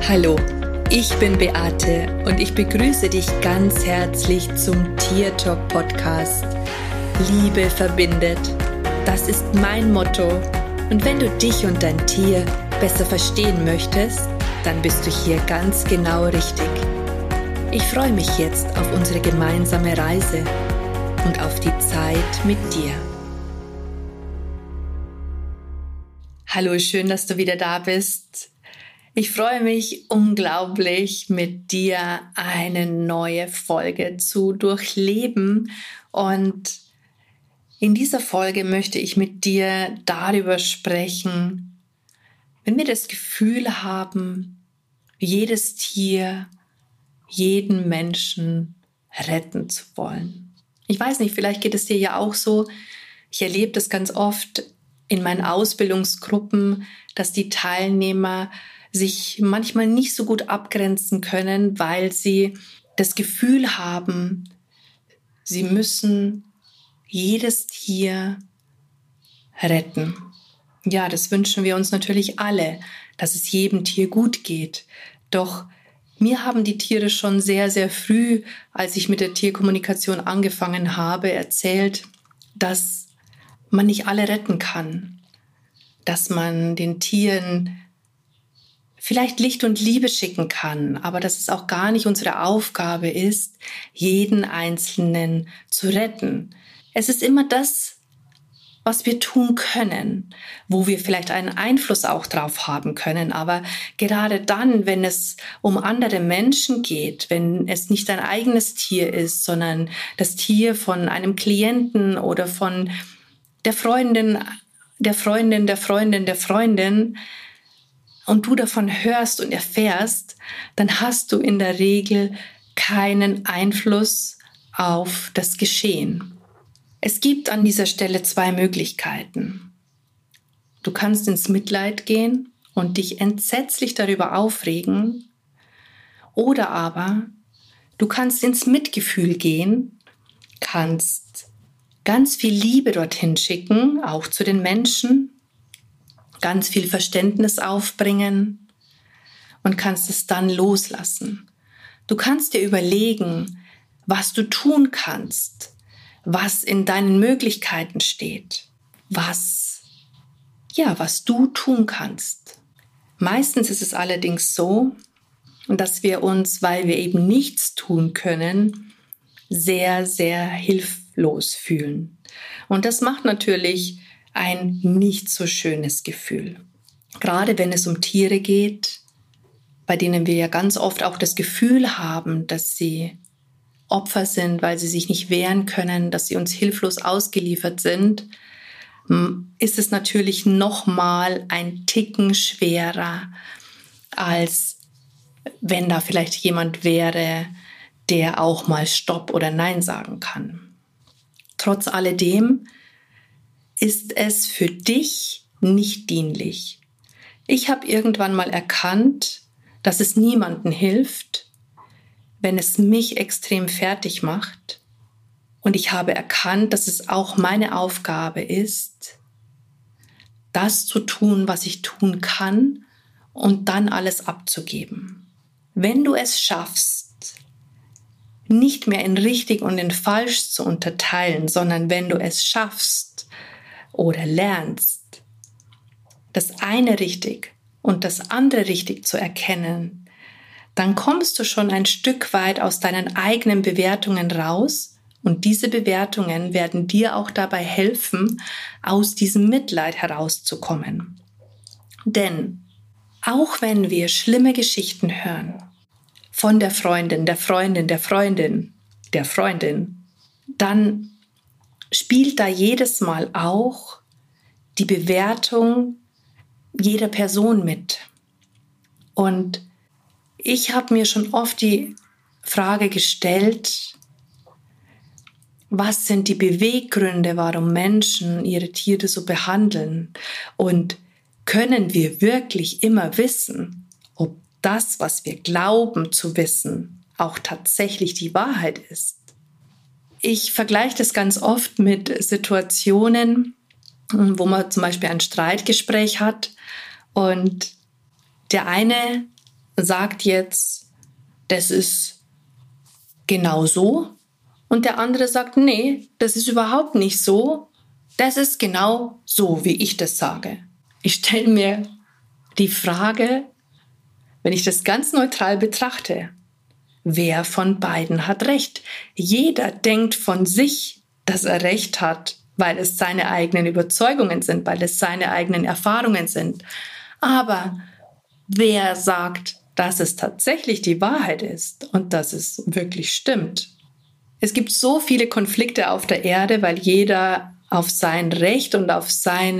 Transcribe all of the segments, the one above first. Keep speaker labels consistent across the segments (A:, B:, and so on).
A: Hallo, ich bin Beate und ich begrüße dich ganz herzlich zum Tier Talk Podcast. Liebe verbindet, das ist mein Motto. Und wenn du dich und dein Tier besser verstehen möchtest, dann bist du hier ganz genau richtig. Ich freue mich jetzt auf unsere gemeinsame Reise und auf die Zeit mit dir. Hallo, schön, dass du wieder da bist. Ich freue mich unglaublich, mit dir eine neue Folge zu durchleben. Und in dieser Folge möchte ich mit dir darüber sprechen, wenn wir das Gefühl haben, jedes Tier, jeden Menschen retten zu wollen. Ich weiß nicht, vielleicht geht es dir ja auch so. Ich erlebe das ganz oft in meinen Ausbildungsgruppen, dass die Teilnehmer sich manchmal nicht so gut abgrenzen können, weil sie das Gefühl haben, sie müssen jedes Tier retten. Ja, das wünschen wir uns natürlich alle, dass es jedem Tier gut geht. Doch mir haben die Tiere schon sehr, sehr früh, als ich mit der Tierkommunikation angefangen habe, erzählt, dass man nicht alle retten kann, dass man den Tieren vielleicht Licht und Liebe schicken kann, aber dass es auch gar nicht unsere Aufgabe ist, jeden Einzelnen zu retten. Es ist immer das, was wir tun können, wo wir vielleicht einen Einfluss auch drauf haben können. Aber gerade dann, wenn es um andere Menschen geht, wenn es nicht dein eigenes Tier ist, sondern das Tier von einem Klienten oder von der Freundin, und du davon hörst und erfährst, dann hast du in der Regel keinen Einfluss auf das Geschehen. Es gibt an dieser Stelle zwei Möglichkeiten. Du kannst ins Mitleid gehen und dich entsetzlich darüber aufregen, oder aber du kannst ins Mitgefühl gehen, kannst ganz viel Liebe dorthin schicken, auch zu den Menschen, ganz viel Verständnis aufbringen und kannst es dann loslassen. Du kannst dir überlegen, was du tun kannst, was in deinen Möglichkeiten steht, was du tun kannst. Meistens ist es allerdings so, dass wir uns, weil wir eben nichts tun können, sehr, sehr hilflos fühlen. Und das macht natürlich ein nicht so schönes Gefühl. Gerade wenn es um Tiere geht, bei denen wir ja ganz oft auch das Gefühl haben, dass sie Opfer sind, weil sie sich nicht wehren können, dass sie uns hilflos ausgeliefert sind, ist es natürlich nochmal ein Ticken schwerer, als wenn da vielleicht jemand wäre, der auch mal Stopp oder Nein sagen kann. Trotz alledem ist es für dich nicht dienlich. Ich habe irgendwann mal erkannt, dass es niemandem hilft, wenn es mich extrem fertig macht. Und ich habe erkannt, dass es auch meine Aufgabe ist, das zu tun, was ich tun kann und dann alles abzugeben. Wenn du es schaffst, nicht mehr in richtig und in falsch zu unterteilen, sondern wenn du es schaffst, oder lernst, das eine richtig und das andere richtig zu erkennen, dann kommst du schon ein Stück weit aus deinen eigenen Bewertungen raus und diese Bewertungen werden dir auch dabei helfen, aus diesem Mitleid herauszukommen. Denn auch wenn wir schlimme Geschichten hören von der Freundin, dann spielt da jedes Mal auch die Bewertung jeder Person mit. Und ich habe mir schon oft die Frage gestellt, was sind die Beweggründe, warum Menschen ihre Tiere so behandeln? Und können wir wirklich immer wissen, ob das, was wir glauben zu wissen, auch tatsächlich die Wahrheit ist? Ich vergleiche das ganz oft mit Situationen, wo man zum Beispiel ein Streitgespräch hat und der eine sagt jetzt, das ist genau so. Und der andere sagt, nee, das ist überhaupt nicht so. Das ist genau so, wie ich das sage. Ich stelle mir die Frage, wenn ich das ganz neutral betrachte, wer von beiden hat recht? Jeder denkt von sich, dass er recht hat, weil es seine eigenen Überzeugungen sind, weil es seine eigenen Erfahrungen sind. Aber wer sagt, dass es tatsächlich die Wahrheit ist und dass es wirklich stimmt? Es gibt so viele Konflikte auf der Erde, weil jeder auf sein Recht und auf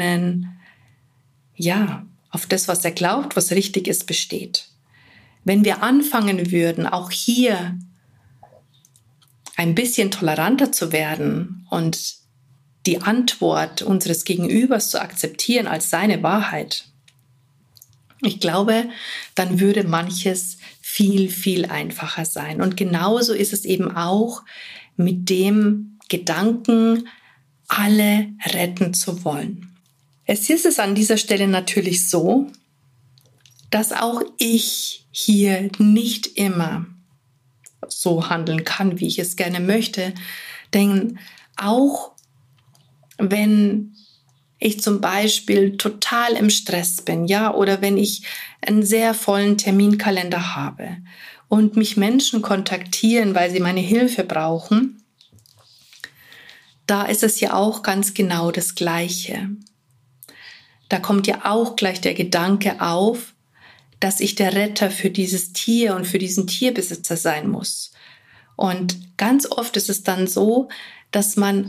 A: auf das, was er glaubt, was richtig ist, besteht. Wenn wir anfangen würden, auch hier ein bisschen toleranter zu werden und die Antwort unseres Gegenübers zu akzeptieren als seine Wahrheit, ich glaube, dann würde manches viel, viel einfacher sein. Und genauso ist es eben auch mit dem Gedanken, alle retten zu wollen. Es ist es an dieser Stelle natürlich so, dass auch ich hier nicht immer so handeln kann, wie ich es gerne möchte. Denn auch wenn ich zum Beispiel total im Stress bin, ja, oder wenn ich einen sehr vollen Terminkalender habe und mich Menschen kontaktieren, weil sie meine Hilfe brauchen, da ist es ja auch ganz genau das Gleiche. Da kommt ja auch gleich der Gedanke auf, dass ich der Retter für dieses Tier und für diesen Tierbesitzer sein muss. Und ganz oft ist es dann so, dass man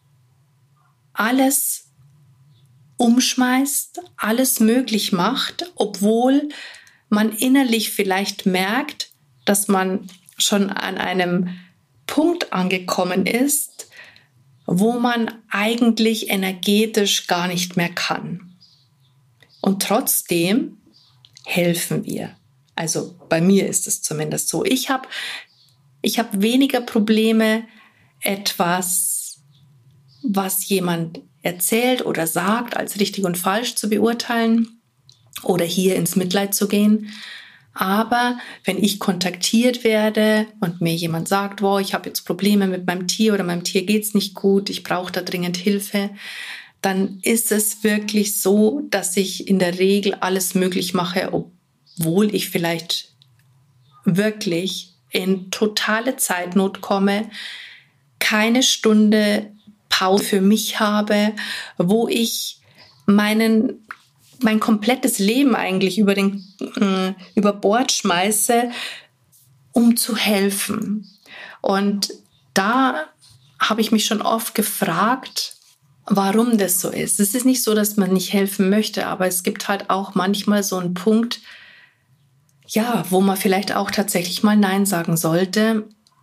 A: alles umschmeißt, alles möglich macht, obwohl man innerlich vielleicht merkt, dass man schon an einem Punkt angekommen ist, wo man eigentlich energetisch gar nicht mehr kann. Und trotzdem helfen wir. Also bei mir ist es zumindest so. Ich hab weniger Probleme, etwas, was jemand erzählt oder sagt, als richtig und falsch zu beurteilen oder hier ins Mitleid zu gehen. Aber wenn ich kontaktiert werde und mir jemand sagt, wow, ich habe jetzt Probleme mit meinem Tier oder meinem Tier geht's nicht gut, ich brauche da dringend Hilfe, dann ist es wirklich so, dass ich in der Regel alles möglich mache, obwohl ich vielleicht wirklich in totale Zeitnot komme, keine Stunde Pause für mich habe, wo ich mein komplettes Leben eigentlich über Bord schmeiße, um zu helfen. Und da habe ich mich schon oft gefragt, warum das so ist. Es ist nicht so, dass man nicht helfen möchte, aber es gibt halt auch manchmal so einen Punkt, ja, wo man vielleicht auch tatsächlich mal Nein sagen sollte,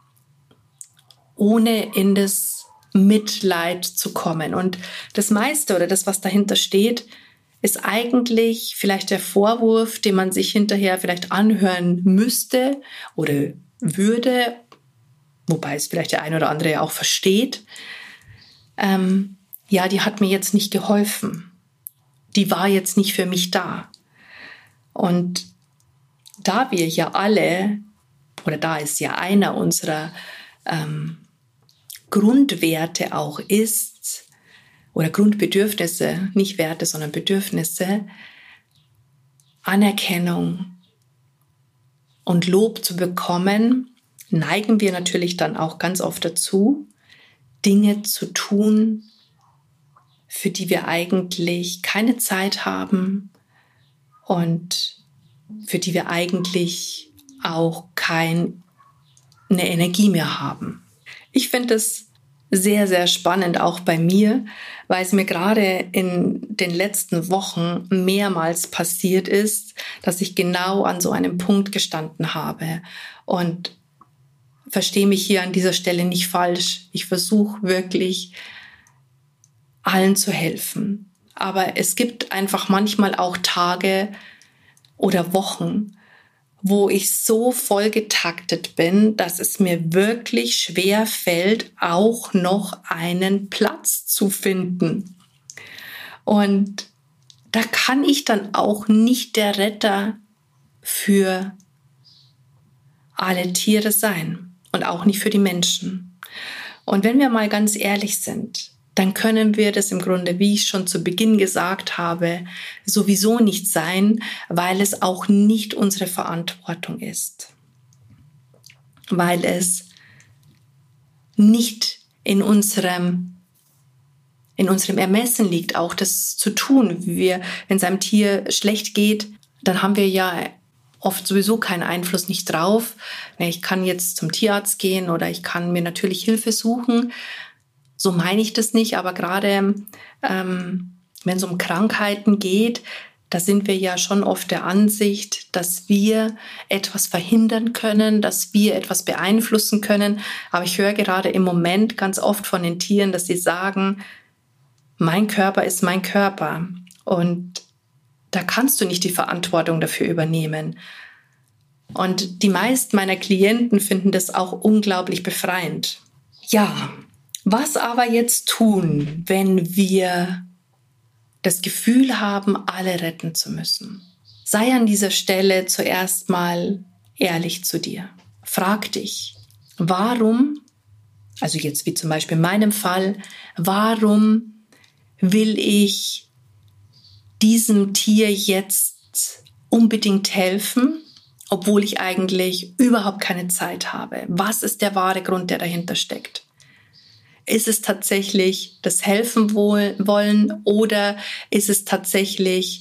A: ohne in das Mitleid zu kommen. Und das meiste oder das, was dahinter steht, ist eigentlich vielleicht der Vorwurf, den man sich hinterher vielleicht anhören müsste oder würde, wobei es vielleicht der eine oder andere ja auch versteht. Ja, die hat mir jetzt nicht geholfen. Die war jetzt nicht für mich da. Und da wir ja alle, oder da es ja einer unserer Grundwerte auch ist, oder Grundbedürfnisse, nicht Werte, sondern Bedürfnisse, Anerkennung und Lob zu bekommen, neigen wir natürlich dann auch ganz oft dazu, Dinge zu tun, für die wir eigentlich keine Zeit haben und für die wir eigentlich auch keine Energie mehr haben. Ich finde es sehr, sehr spannend, auch bei mir, weil es mir gerade in den letzten Wochen mehrmals passiert ist, dass ich genau an so einem Punkt gestanden habe. Und verstehe mich hier an dieser Stelle nicht falsch. Ich versuche wirklich, allen zu helfen. Aber es gibt einfach manchmal auch Tage oder Wochen, wo ich so vollgetaktet bin, dass es mir wirklich schwer fällt, auch noch einen Platz zu finden. Und da kann ich dann auch nicht der Retter für alle Tiere sein und auch nicht für die Menschen. Und wenn wir mal ganz ehrlich sind, dann können wir das im Grunde, wie ich schon zu Beginn gesagt habe, sowieso nicht sein, weil es auch nicht unsere Verantwortung ist. Weil es nicht in unserem Ermessen liegt, auch das zu tun. Wenn es einem Tier schlecht geht, dann haben wir ja oft sowieso keinen Einfluss nicht drauf. Ich kann jetzt zum Tierarzt gehen oder ich kann mir natürlich Hilfe suchen. So meine ich das nicht, aber gerade wenn es um Krankheiten geht, da sind wir ja schon oft der Ansicht, dass wir etwas verhindern können, dass wir etwas beeinflussen können. Aber ich höre gerade im Moment ganz oft von den Tieren, dass sie sagen, mein Körper ist mein Körper und da kannst du nicht die Verantwortung dafür übernehmen. Und die meisten meiner Klienten finden das auch unglaublich befreiend. Ja, was aber jetzt tun, wenn wir das Gefühl haben, alle retten zu müssen? Sei an dieser Stelle zuerst mal ehrlich zu dir. Frag dich, warum, also jetzt wie zum Beispiel in meinem Fall, warum will ich diesem Tier jetzt unbedingt helfen, obwohl ich eigentlich überhaupt keine Zeit habe? Was ist der wahre Grund, der dahinter steckt? Ist es tatsächlich das Helfen wollen oder ist es tatsächlich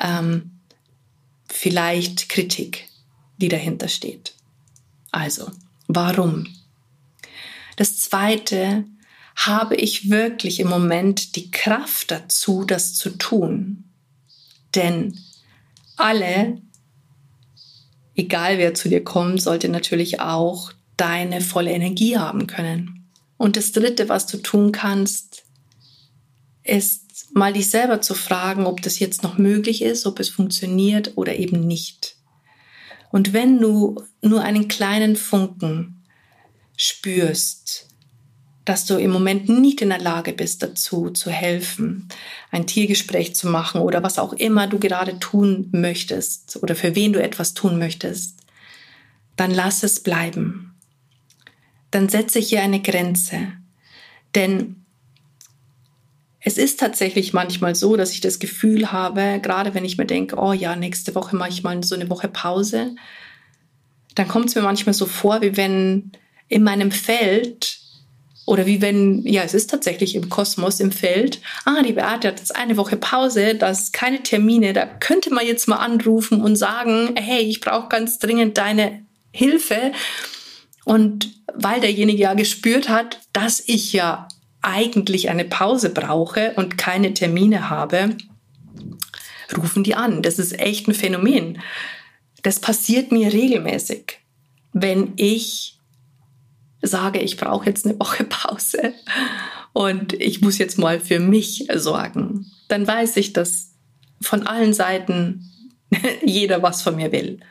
A: vielleicht Kritik, die dahinter steht? Also, warum? Das Zweite, habe ich wirklich im Moment die Kraft dazu, das zu tun? Denn alle, egal wer zu dir kommt, sollte natürlich auch deine volle Energie haben können. Und das Dritte, was du tun kannst, ist mal dich selber zu fragen, ob das jetzt noch möglich ist, ob es funktioniert oder eben nicht. Und wenn du nur einen kleinen Funken spürst, dass du im Moment nicht in der Lage bist, dazu zu helfen, ein Tiergespräch zu machen oder was auch immer du gerade tun möchtest oder für wen du etwas tun möchtest, dann lass es bleiben. Dann setze hier eine Grenze. Denn es ist tatsächlich manchmal so, dass ich das Gefühl habe, gerade wenn ich mir denke, oh ja, nächste Woche mache ich mal so eine Woche Pause, dann kommt es mir manchmal so vor, wie wenn in meinem Feld oder wie wenn, ja, es ist tatsächlich im Kosmos, im Feld, die Beate hat jetzt eine Woche Pause, da ist keine Termine, da könnte man jetzt mal anrufen und sagen, hey, ich brauche ganz dringend deine Hilfe. Und weil derjenige ja gespürt hat, dass ich ja eigentlich eine Pause brauche und keine Termine habe, rufen die an. Das ist echt ein Phänomen. Das passiert mir regelmäßig, wenn ich sage, ich brauche jetzt eine Woche Pause und ich muss jetzt mal für mich sorgen. Dann weiß ich, dass von allen Seiten jeder was von mir will.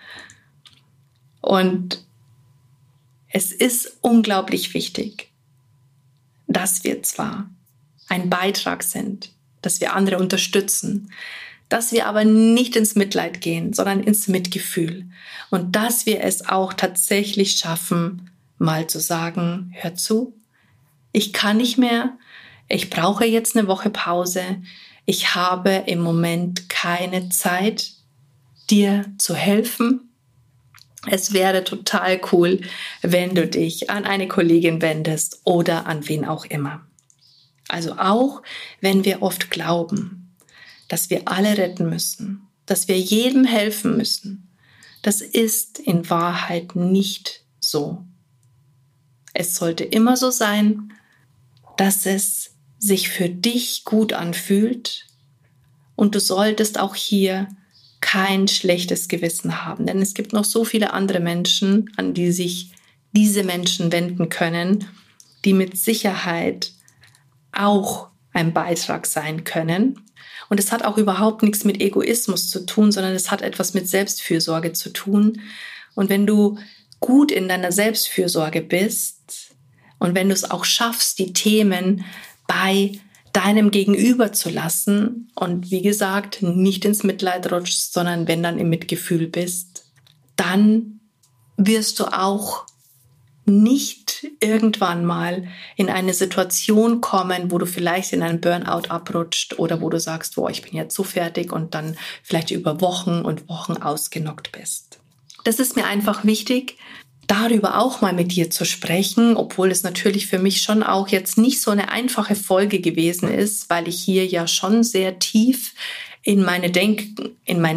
A: Und es ist unglaublich wichtig, dass wir zwar ein Beitrag sind, dass wir andere unterstützen, dass wir aber nicht ins Mitleid gehen, sondern ins Mitgefühl und dass wir es auch tatsächlich schaffen, mal zu sagen, hör zu, ich kann nicht mehr, ich brauche jetzt eine Woche Pause, ich habe im Moment keine Zeit, dir zu helfen. Es wäre total cool, wenn du dich an eine Kollegin wendest oder an wen auch immer. Also auch, wenn wir oft glauben, dass wir alle retten müssen, dass wir jedem helfen müssen. Das ist in Wahrheit nicht so. Es sollte immer so sein, dass es sich für dich gut anfühlt und du solltest auch hier kein schlechtes Gewissen haben, denn es gibt noch so viele andere Menschen, an die sich diese Menschen wenden können, die mit Sicherheit auch ein Beitrag sein können. Und es hat auch überhaupt nichts mit Egoismus zu tun, sondern es hat etwas mit Selbstfürsorge zu tun. Und wenn du gut in deiner Selbstfürsorge bist und wenn du es auch schaffst, die Themen bei deinem Gegenüber zu lassen und wie gesagt, nicht ins Mitleid rutschst, sondern wenn dann im Mitgefühl bist, dann wirst du auch nicht irgendwann mal in eine Situation kommen, wo du vielleicht in einen Burnout abrutscht oder wo du sagst, boah, ich bin jetzt so fertig und dann vielleicht über Wochen und Wochen ausgenockt bist. Das ist mir einfach wichtig, darüber auch mal mit dir zu sprechen, obwohl es natürlich für mich schon auch jetzt nicht so eine einfache Folge gewesen ist, weil ich hier ja schon sehr tief in mein Denken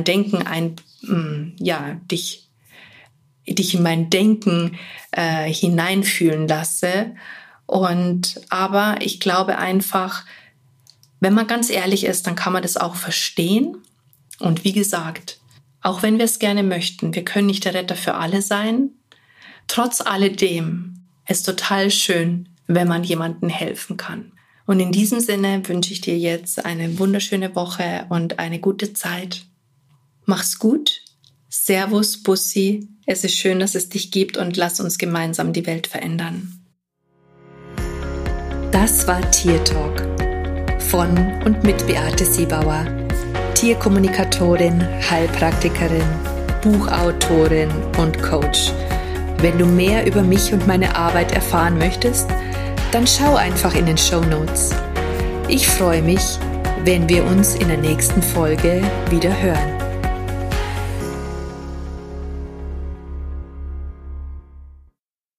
A: dich in mein Denken hineinfühlen lasse. Aber ich glaube einfach, wenn man ganz ehrlich ist, dann kann man das auch verstehen. Und wie gesagt, auch wenn wir es gerne möchten, wir können nicht der Retter für alle sein. Trotz alledem ist total schön, wenn man jemandem helfen kann. Und in diesem Sinne wünsche ich dir jetzt eine wunderschöne Woche und eine gute Zeit. Mach's gut. Servus, Bussi. Es ist schön, dass es dich gibt und lass uns gemeinsam die Welt verändern. Das war Tier Talk von und mit Beate Siebauer, Tierkommunikatorin, Heilpraktikerin, Buchautorin und Coach. Wenn du mehr über mich und meine Arbeit erfahren möchtest, dann schau einfach in den Shownotes. Ich freue mich, wenn wir uns in der nächsten Folge wieder hören.